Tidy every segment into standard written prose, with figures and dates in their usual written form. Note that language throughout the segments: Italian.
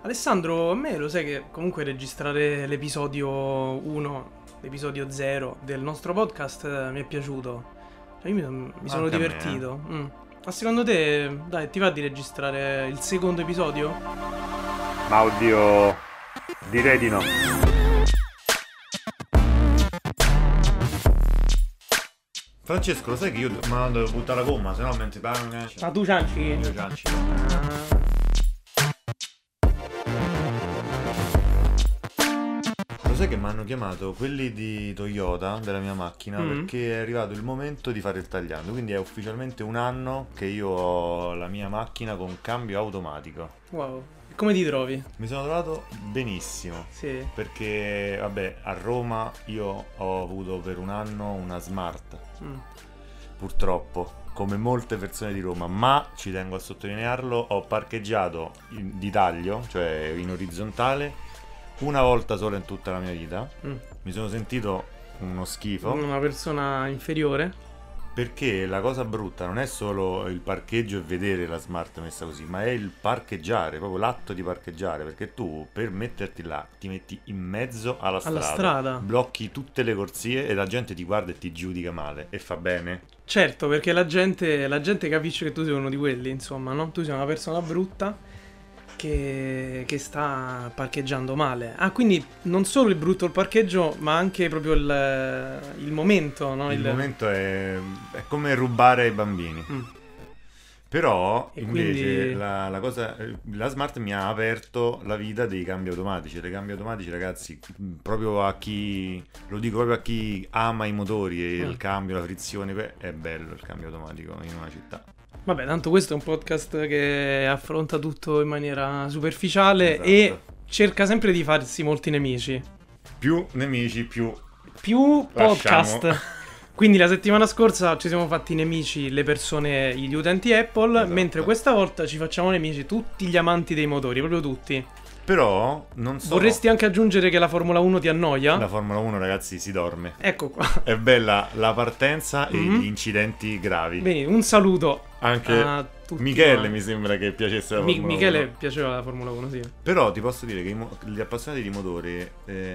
Alessandro, a me lo sai che comunque registrare l'episodio 1, l'episodio 0 del nostro podcast mi è piaciuto. Cioè io mi sono Anche a me, divertito. Ma secondo te, dai, ti va di registrare il secondo episodio? Ma oddio, direi di no. Francesco, lo sai che io devo buttare la gomma, se no mentre parlo Ma tu cianci? io cianci. Lo sai che mi hanno chiamato quelli di Toyota, della mia macchina, perché è arrivato il momento di fare il tagliando. Quindi è ufficialmente un anno che io ho la mia macchina con cambio automatico. Wow. E come ti trovi? Mi sono trovato benissimo. Sì. Perché, vabbè, a Roma io ho avuto per un anno una Smart. Purtroppo, come molte persone di Roma, ma ci tengo a sottolinearlo, ho parcheggiato di taglio, cioè in orizzontale, una volta sola in tutta la mia vita. Mi sono sentito uno schifo. Una persona inferiore? Perché la cosa brutta non è solo il parcheggio e vedere la Smart messa così, ma è il parcheggiare, proprio l'atto di parcheggiare, perché tu per metterti là ti metti in mezzo alla strada, blocchi tutte le corsie e la gente ti guarda e ti giudica male, e fa bene. Certo, perché la gente capisce che tu sei uno di quelli, insomma, no? Tu sei una persona brutta che sta parcheggiando male. Ah, quindi non solo il brutto il parcheggio, ma anche proprio il momento, no? Il momento è come rubare ai bambini. Però E invece quindi- la Smart mi ha aperto la vita dei cambi automatici. Dei cambi automatici, ragazzi, proprio a chi, lo dico proprio a chi ama i motori e il cambio, la frizione, è bello il cambio automatico in una città. Vabbè, tanto questo è un podcast che affronta tutto in maniera superficiale Esatto. e cerca sempre di farsi molti nemici. Più nemici, più Più lasciamo. podcast. Quindi la settimana scorsa ci siamo fatti nemici le persone, gli utenti Apple, Esatto. mentre questa volta ci facciamo nemici tutti gli amanti dei motori, proprio tutti. Però non so. Vorresti anche aggiungere che la Formula 1 ti annoia? La Formula 1, ragazzi, si dorme. Ecco qua. È bella la partenza e gli incidenti gravi. Bene, un saluto Anche a tutti. Michele quanti. mi sembra che piacesse la Formula 1. Michele piaceva la Formula 1, sì. Però ti posso dire che gli appassionati di motore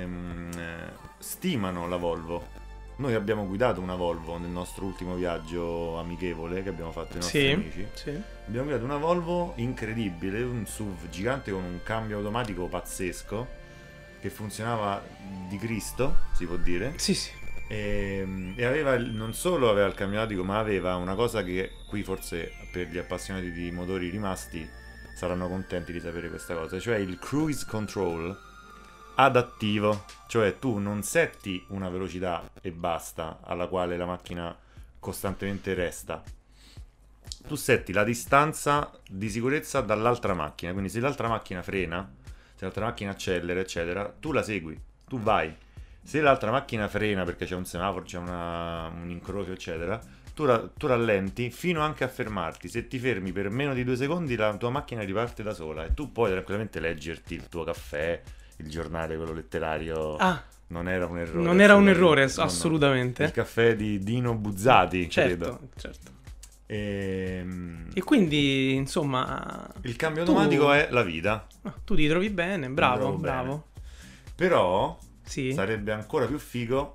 stimano la Volvo. Noi abbiamo guidato una Volvo nel nostro ultimo viaggio amichevole che abbiamo fatto i nostri amici. Sì. Abbiamo guidato una Volvo incredibile, un SUV gigante con un cambio automatico pazzesco che funzionava di Cristo, si può dire. Sì, sì. E aveva non solo aveva il cambio automatico, ma aveva una cosa che qui forse per gli appassionati di motori rimasti saranno contenti di sapere questa cosa, cioè il cruise control adattivo, cioè tu non setti una velocità e basta alla quale la macchina costantemente resta, tu setti la distanza di sicurezza dall'altra macchina, quindi se l'altra macchina frena, se l'altra macchina accelera eccetera, tu la segui, tu vai. Se l'altra macchina frena perché c'è un semaforo, c'è un incrocio eccetera, tu rallenti fino anche a fermarti. Se ti fermi per meno di 2 secondi la tua macchina riparte da sola e tu puoi tranquillamente leggerti il tuo caffè, il giornale, quello letterario. Ah, Non era un errore. non era un errore, No, no. assolutamente. Il caffè di Dino Buzzati, credo. Certo. E quindi, insomma, il cambio automatico è la vita. tu ti trovi bene, bravo, trovo bravo. bene. Però Sì. sarebbe ancora più figo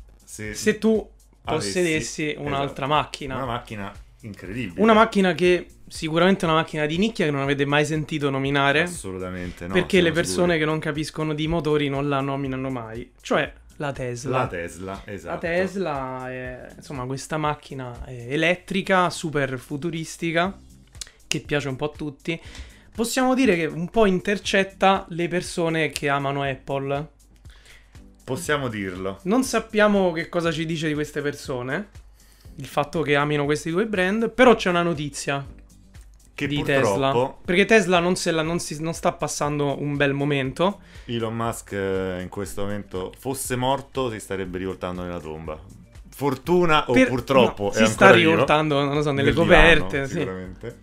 Se tu avessi, possedessi un'altra esatto, macchina. una macchina incredibile. Una macchina che sicuramente è una macchina di nicchia che non avete mai sentito nominare. Assolutamente no. Perché le siamo persone sicuri. che non capiscono di motori non la nominano mai. Cioè la Tesla. La Tesla, esatto. La Tesla è, insomma, questa macchina elettrica, super futuristica, che piace un po' a tutti. Possiamo dire che un po' intercetta le persone che amano Apple. Possiamo dirlo. Non sappiamo che cosa ci dice di queste persone, il fatto che amino questi due brand, però c'è una notizia Che di purtroppo Tesla. Perché Tesla non sta passando un bel momento. Elon Musk in questo momento fosse morto si starebbe rivoltando nella tomba. Fortuna o purtroppo no, è si ancora sta vivo. rivoltando, non lo so, nelle Nel coperte. divano, Sì. sicuramente.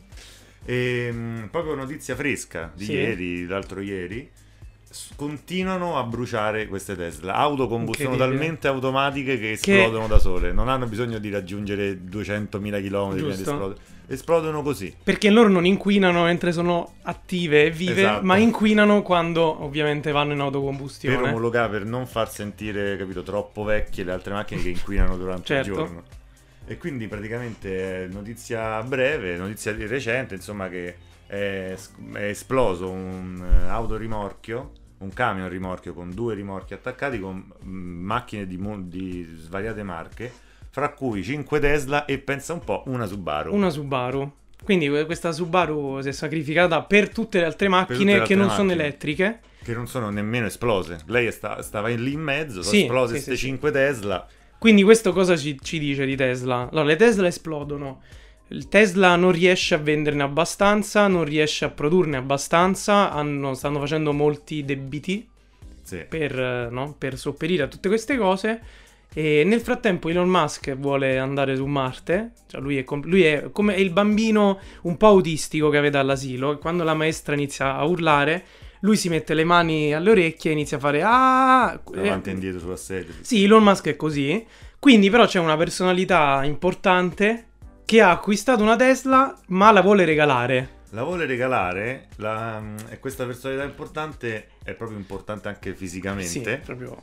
Proprio notizia fresca di Sì. ieri, l'altro ieri. Continuano a bruciare queste Tesla, autocombustione Incredibile. talmente automatiche che esplodono da sole, non hanno bisogno di raggiungere 200.000 km prima di Giusto. esplodere. esplodono così. Perché loro non inquinano mentre sono attive e vive, Esatto. ma inquinano quando ovviamente vanno in autocombustione. Per omologare, per non far sentire, capito, troppo vecchie le altre macchine che inquinano durante Certo. il giorno. E quindi praticamente notizia breve, notizia recente, insomma, che è esploso un autorimorchio, un camion rimorchio con 2 rimorchi attaccati con macchine di svariate marche, fra cui 5 Tesla e, pensa un po', una Subaru. Una Subaru. Quindi questa Subaru si è sacrificata per tutte le altre tutte macchine le che altre non sono macchine. elettriche. Che non sono nemmeno esplose. Lei stava lì in mezzo, sono Sì, esplose sì, queste sì, 5 Tesla. Quindi questo cosa ci dice di Tesla? Allora, le Tesla esplodono. Il Tesla non riesce a venderne abbastanza, non riesce a produrne abbastanza, stanno facendo molti debiti Sì. per sopperire a tutte queste cose. E nel frattempo Elon Musk vuole andare su Marte, cioè lui è come il bambino un po' autistico che avete all'asilo, e quando la maestra inizia a urlare, lui si mette le mani alle orecchie e inizia a fare Avanti e indietro sulla sedia. Sì, Elon Musk è così. Quindi però c'è una personalità importante che ha acquistato una Tesla ma la vuole regalare. La vuole regalare, e questa personalità importante è proprio importante anche Sì, fisicamente. proprio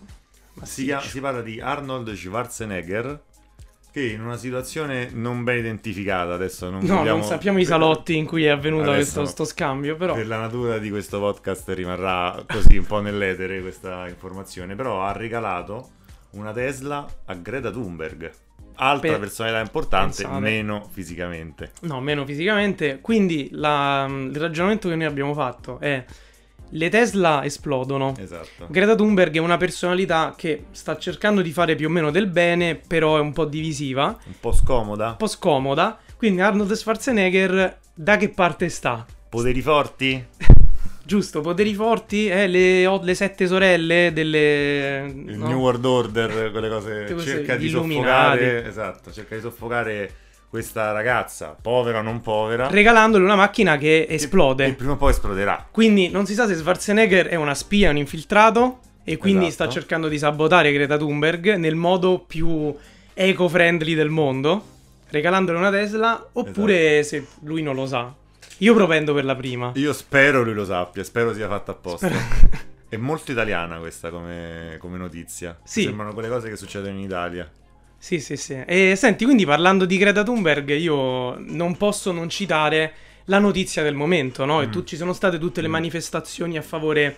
Si parla di Arnold Schwarzenegger, che in una situazione non ben identificata, adesso non No, vogliamo- non sappiamo i salotti in cui è avvenuto Adesso, questo scambio, però per la natura di questo podcast rimarrà così un po' nell'etere questa informazione, però ha regalato una Tesla a Greta Thunberg, altra personalità importante, pensate. meno fisicamente. no, meno fisicamente. Quindi il ragionamento che noi abbiamo fatto è: le Tesla esplodono. Esatto. Greta Thunberg è una personalità che sta cercando di fare più o meno del bene, però è un po' divisiva, Un po' scomoda. un po' scomoda. Quindi Arnold Schwarzenegger da che parte sta? Poteri forti? Giusto, poteri forti, le 7 sorelle delle... Il no? New World Order, quelle cose. Tutte queste- Cerca gli di illuminati. soffocare. Esatto, cerca di soffocare questa ragazza, povera o non povera, Regalandole una macchina che esplode. e prima o poi esploderà. Quindi non si sa se Schwarzenegger è una spia, un infiltrato, e quindi Esatto. sta cercando di sabotare Greta Thunberg nel modo più eco-friendly del mondo, regalandole una Tesla, oppure se lui non lo sa. Io propendo per la prima. Io spero lui lo sappia, spero sia fatta apposta. È molto italiana questa come notizia. Sì. Sembrano quelle cose che succedono in Italia. Sì, sì, sì. E senti, quindi parlando di Greta Thunberg, di non posso non citare la notizia del momento, no? E ci sono state tutte le manifestazioni a favore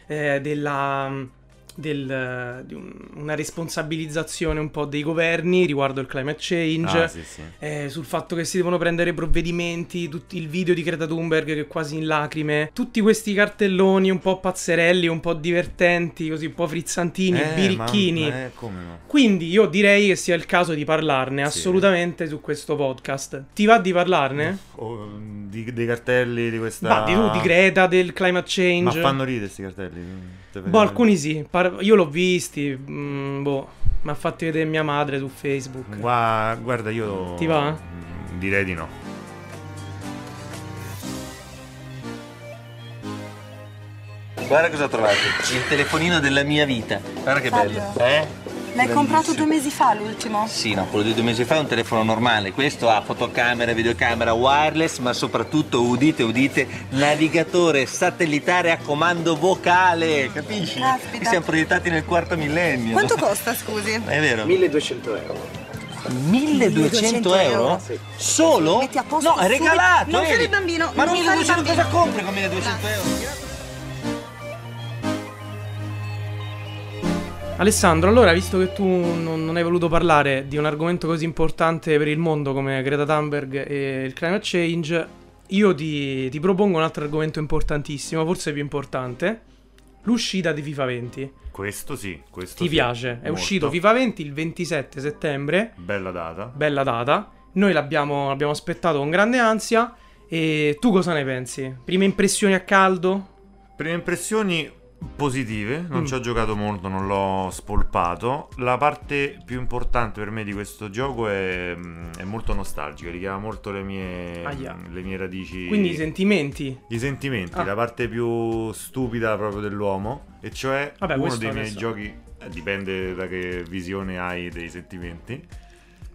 di una responsabilizzazione un po' dei governi riguardo il climate change, Ah, sì, sì. sul fatto che si devono prendere provvedimenti, il video di Greta Thunberg che è quasi in lacrime, tutti questi cartelloni un po' pazzerelli, un po' divertenti, così un po' frizzantini, birichini. Come no? Quindi io direi che sia il caso di parlarne Sì. assolutamente su questo podcast. Ti va di parlarne? O, dei cartelli di questa... Va, di Greta, del climate Ma change. fanno ridere questi cartelli? Boh, alcuni sì. Io l'ho visti. Mi ha fatti vedere mia madre su Facebook. Guarda, io... Ti va? Direi di no. Guarda cosa ho trovato. Il telefonino della mia vita. Guarda che Fabio. bello. L'hai comprato Bellissimo. 2 mesi fa l'ultimo? Sì, no, quello di 2 mesi fa è un telefono normale. Questo ha fotocamera, videocamera, wireless, ma soprattutto, udite, udite, navigatore satellitare a comando vocale. Capisci? Caspita. Qui siamo proiettati nel quarto millennio. Quanto costa, scusi? È vero? 1200 euro. 1200 euro? Solo? Metti a posto No, è subito. regalato! Non fare vedi? il bambino, Ma non fare il 1200 cosa bambino. compri con 1200 euro? Alessandro, allora, visto che tu non hai voluto parlare di un argomento così importante per il mondo come Greta Thunberg e il climate change, io ti propongo un altro argomento importantissimo, forse più importante: l'uscita di FIFA 20. Questo sì, questo Ti sì. piace? È Molto. uscito FIFA 20 il 27 settembre, Bella data. bella data. Noi l'abbiamo aspettato con grande ansia. E tu cosa ne pensi? Prime impressioni a caldo? Prime impressioni positive, non ci ho giocato molto, non l'ho spolpato. La parte più importante per me di questo gioco è molto nostalgica, richiama molto le mie radici. Quindi i sentimenti. I sentimenti, Ah. la parte più stupida proprio dell'uomo, e cioè Vabbè, uno questo dei miei adesso- giochi, dipende da che visione hai dei sentimenti.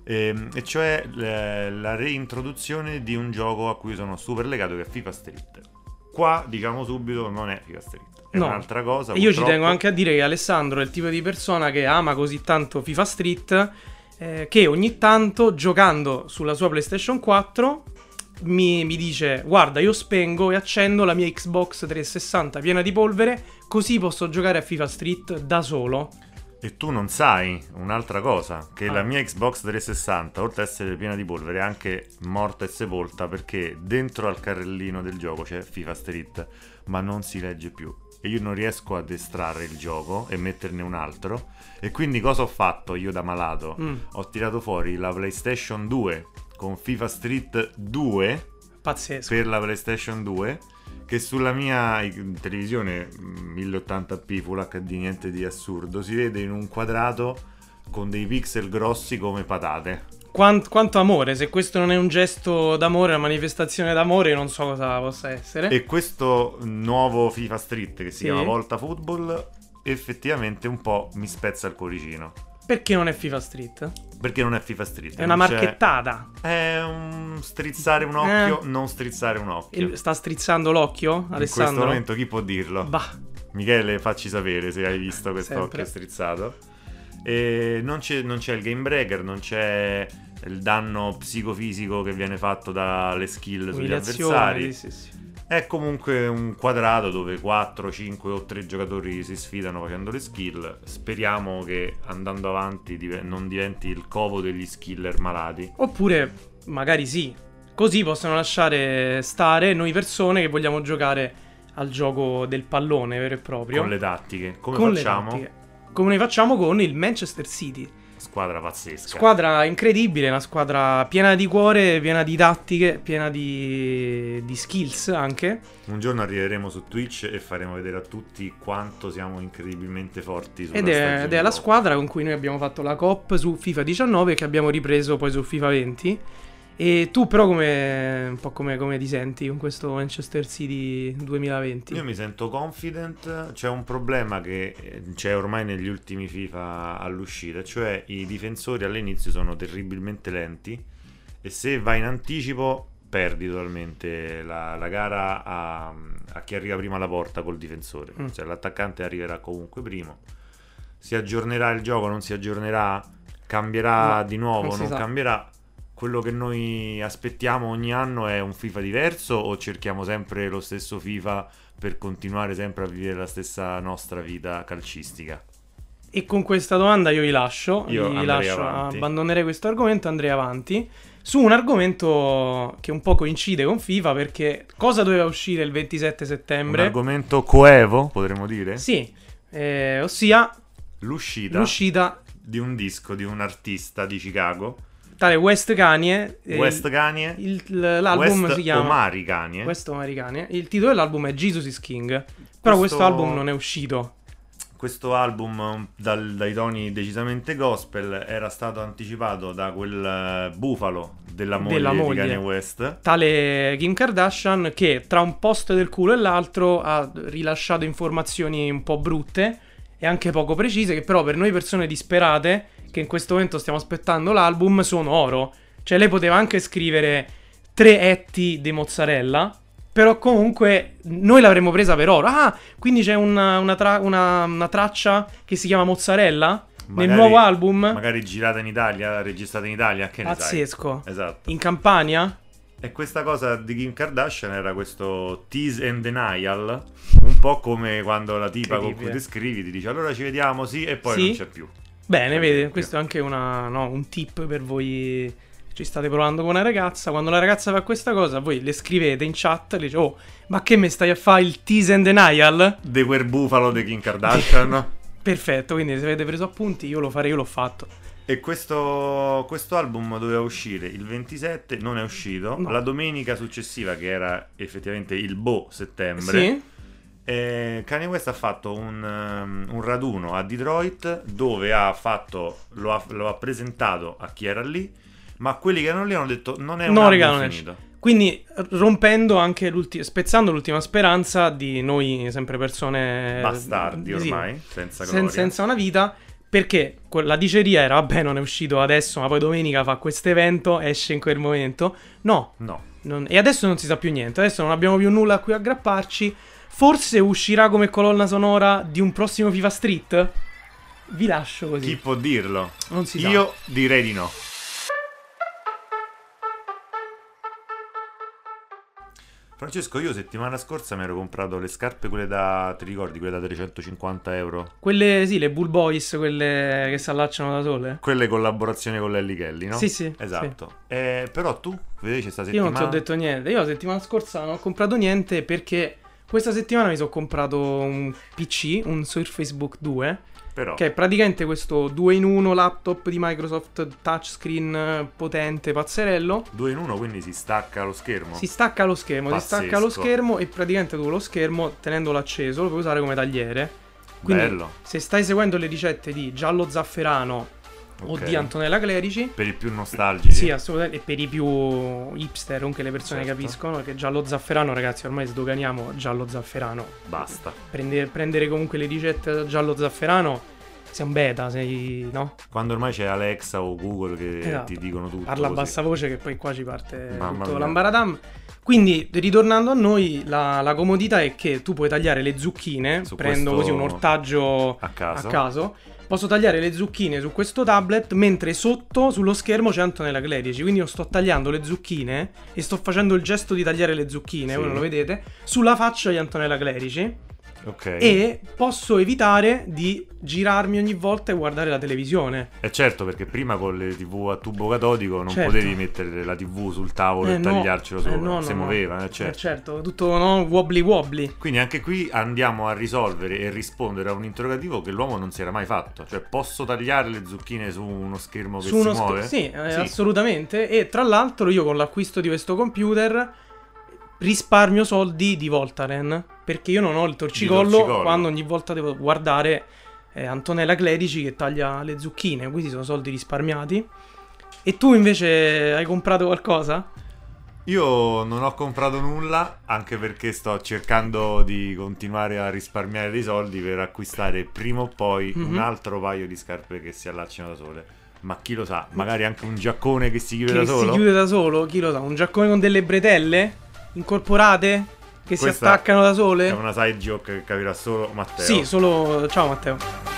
e cioè la reintroduzione di un gioco a cui sono super legato, che è FIFA Street. Qua, diciamo subito, non è FIFA Street, è No. un'altra cosa. E io ci purtroppo. tengo anche a dire che Alessandro è il tipo di persona che ama così tanto FIFA Street che ogni tanto, giocando sulla sua PlayStation 4, mi dice: guarda, io spengo e accendo la mia Xbox 360 piena di polvere, così posso giocare a FIFA Street da solo. E tu non sai un'altra cosa, che Ah. la mia Xbox 360, oltre ad essere piena di polvere, è anche morta e sepolta, perché dentro al carrellino del gioco c'è FIFA Street, ma non si legge più. E io non riesco ad estrarre il gioco e metterne un altro. E quindi cosa ho fatto io da malato? Ho tirato fuori la PlayStation 2 con FIFA Street 2 Pazzesco. per la PlayStation 2, che sulla mia televisione 1080p Full HD, niente di assurdo, si vede in un quadrato con dei pixel grossi come patate. Quanto amore, se questo non è un gesto d'amore, una manifestazione d'amore, non so cosa possa essere. E questo nuovo FIFA Street, che si Sì. chiama Volta Football, effettivamente un po' mi spezza il cuoricino. Perché non è FIFA Street? Perché non è FIFA Street. È una non c'è- marchettata. È un strizzare un occhio, non strizzare un occhio. Sta strizzando l'occhio, In questo Alessandro? momento chi può dirlo? Bah, Michele, facci sapere se hai visto questo Sempre. occhio strizzato. E non c'è il game breaker, non c'è il danno psicofisico che viene fatto dalle skill sugli umiliazione, avversari. sì. È comunque un quadrato dove 4, 5 o 3 giocatori si sfidano facendo le skill. Speriamo che andando avanti non diventi il covo degli skiller malati. Oppure, magari sì. Così possono lasciare stare noi persone che vogliamo giocare al gioco del pallone vero e proprio. Con le tattiche. Come Con le facciamo? tattiche. Come noi facciamo con il Manchester City. Squadra pazzesca. Squadra incredibile, una squadra piena di cuore, piena di tattiche, piena di skills anche. Un giorno arriveremo su Twitch e faremo vedere a tutti quanto siamo incredibilmente forti sulla Ed stagione è la dopo. squadra con cui noi abbiamo fatto la COP su FIFA 19 che abbiamo ripreso poi su FIFA 20. E tu però un po' come ti senti con questo Manchester City 2020? Io mi sento confident. C'è un problema che c'è ormai negli ultimi FIFA all'uscita, cioè i difensori all'inizio sono terribilmente lenti e se vai in anticipo perdi totalmente la gara a chi arriva prima alla porta col difensore. Cioè l'attaccante arriverà comunque primo. Si aggiornerà il gioco, non si aggiornerà, cambierà No, di nuovo, non si non sa. cambierà. Quello che noi aspettiamo ogni anno è un FIFA diverso, o cerchiamo sempre lo stesso FIFA per continuare sempre a vivere la stessa nostra vita calcistica? E con questa domanda io vi lascio, Io vi andrei lascio, avanti. abbandonerei questo argomento, andrei avanti su un argomento che un po' coincide con FIFA, perché cosa doveva uscire il 27 Un settembre? argomento coevo, potremmo dire? Sì, ossia L'uscita di un disco di un artista di Chicago, tale West Kanye. West Kanye, L'album West si chiama Omari Kanye. West Omari Kanye. Il titolo dell'album è Jesus is King. Però questo album non è uscito. Questo album dai toni decisamente gospel era stato anticipato da quel bufalo della moglie di Kanye West. Tale Kim Kardashian, che tra un post del culo e l'altro ha rilasciato informazioni un po' brutte e anche poco precise, che però per noi persone disperate che in questo momento stiamo aspettando l'album sono oro. Cioè lei poteva anche scrivere 3 etti di mozzarella, però comunque noi l'avremmo presa per oro. Ah, quindi c'è una traccia che si chiama Mozzarella nel nuovo album? Magari girata in Italia, registrata in Italia, che ne sai? Pazzesco. Esatto. In Campania? E questa cosa di Kim Kardashian era questo tease and denial, un po' come quando la tipa con cui ti scrivi ti dice allora ci vediamo, sì, e poi Sì? non c'è più. Bene, vedi, questo è anche un tip per voi che ci state provando con una ragazza. Quando la ragazza fa questa cosa, voi le scrivete in chat, le dice: oh, ma che me stai a fare il tease and denial? De quel bufalo di Kim Kardashian. Perfetto, quindi se avete preso appunti io lo farei, io l'ho fatto. E questo album doveva uscire il 27, non è uscito. No. La domenica successiva, che era effettivamente il settembre, Sì? Kanye West ha fatto un raduno a Detroit dove lo ha presentato a chi era lì, ma quelli che erano lì hanno detto non è un album finito. Quindi rompendo anche spezzando l'ultima speranza di noi sempre persone Bastardi sì, ormai, senza gloria. senza una vita, Perché la diceria era, vabbè, non è uscito adesso, ma poi domenica fa questo evento, esce in quel momento. No. E adesso non si sa più niente, adesso non abbiamo più nulla a cui aggrapparci. Forse uscirà come colonna sonora di un prossimo FIFA Street? Vi lascio così. Chi può dirlo? Non si sa. Io direi di no. Francesco, io settimana scorsa mi ero comprato le scarpe, quelle da, ti ricordi, quelle da 350 euro? Quelle, sì, le Bull Boys, quelle che si allacciano da sole. Quelle collaborazione con l'Ellie Kelly, no? Sì. Esatto. Sì. Però tu, vedi, c'è sta Io settimana... non ti ho detto niente. Io la settimana scorsa non ho comprato niente perché questa settimana mi sono comprato un PC, un Surface Book 2. Però... Che è praticamente questo 2 in 1 laptop di Microsoft touchscreen potente, pazzerello. 2 in 1, quindi si stacca lo schermo? Si stacca lo schermo, e praticamente tu lo schermo, tenendolo acceso, lo puoi usare come tagliere. Quindi bello. Se stai seguendo le ricette di Giallo Zafferano o di Antonella Clerici, per i più nostalgici. sì, assolutamente. E per i più hipster, anche le persone capiscono che Giallo Zafferano, ragazzi, ormai sdoganiamo Giallo Zafferano. Basta. Prendere comunque le ricette da Giallo Zafferano, sei un beta, no? Quando ormai c'è Alexa o Google che esatto. ti dicono tutto. Parla a così. bassa voce che poi qua ci parte Mamma tutto mia. l'ambaradam. Quindi, ritornando a noi, la comodità è che tu puoi tagliare le zucchine. Prendo così un ortaggio a caso. Posso tagliare le zucchine su questo tablet, mentre sotto sullo schermo c'è Antonella Clerici. Quindi io sto tagliando le zucchine e sto facendo il gesto di tagliare le zucchine, voi non lo vedete, sulla faccia di Antonella Clerici. Ok. E posso evitare di girarmi ogni volta e guardare la televisione. E certo, perché prima con le TV a tubo catodico non certo. potevi mettere la TV sul tavolo e tagliarcelo sopra, si muoveva, certo. Certo, tutto wobbly. Quindi anche qui andiamo a risolvere e rispondere a un interrogativo che l'uomo non si era mai fatto. Cioè, posso tagliare le zucchine su uno schermo che si muove? Sì, assolutamente. E tra l'altro io con l'acquisto di questo computer risparmio soldi di Voltaren, perché io non ho il torcicollo quando ogni volta devo guardare Antonella Clerici che taglia le zucchine. Quindi sono soldi risparmiati. E tu invece hai comprato qualcosa? Io non ho comprato nulla, anche perché sto cercando di continuare a risparmiare dei soldi per acquistare prima o poi un altro paio di scarpe che si allacciano da sole. Ma chi lo sa, magari anche un giaccone che si chiude da solo? Si chiude da solo, chi lo sa, un giaccone con delle bretelle incorporate che Questa si attaccano da sole? È una side joke che capirà solo Matteo. Sì, solo... Ciao Matteo.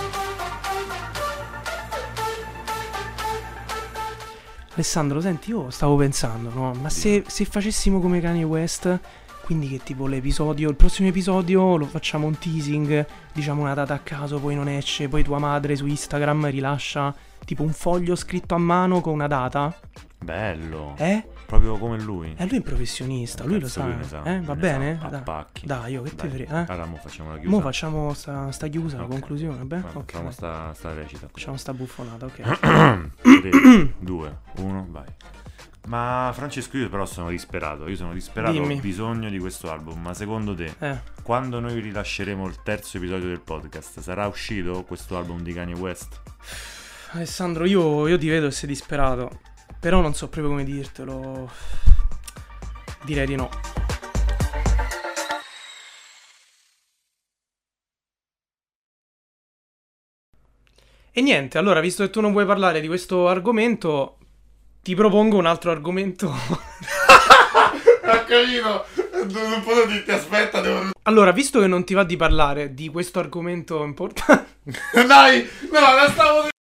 Alessandro, senti, io stavo pensando, no? Ma se facessimo come Kanye West, quindi che tipo il prossimo episodio lo facciamo un teasing, diciamo una data a caso, poi non esce, poi tua madre su Instagram rilascia tipo un foglio scritto a mano con una data? Bello. Proprio come lui. Lui è un professionista, lui lo sa. Va bene? Dai, io che te frega. Allora, mo facciamo la chiusa. Mo facciamo sta chiusa, la conclusione, beh? Facciamo sta recita. Facciamo sta buffonata, ok. 3, 2, 1, vai. Ma Francesco, io però sono disperato. Dimmi. Ho bisogno di questo album. Ma secondo te, quando noi rilasceremo il terzo episodio del podcast, sarà uscito questo album di Kanye West? Alessandro, io ti vedo e sei disperato. Però non so proprio come dirtelo. Direi di no. E niente, allora, visto che tu non vuoi parlare di questo argomento, ti propongo un altro argomento. Ho capito. Non posso dirti aspetta, devo... Allora, visto che non ti va di parlare di questo argomento importante... Dai, no, la stavo...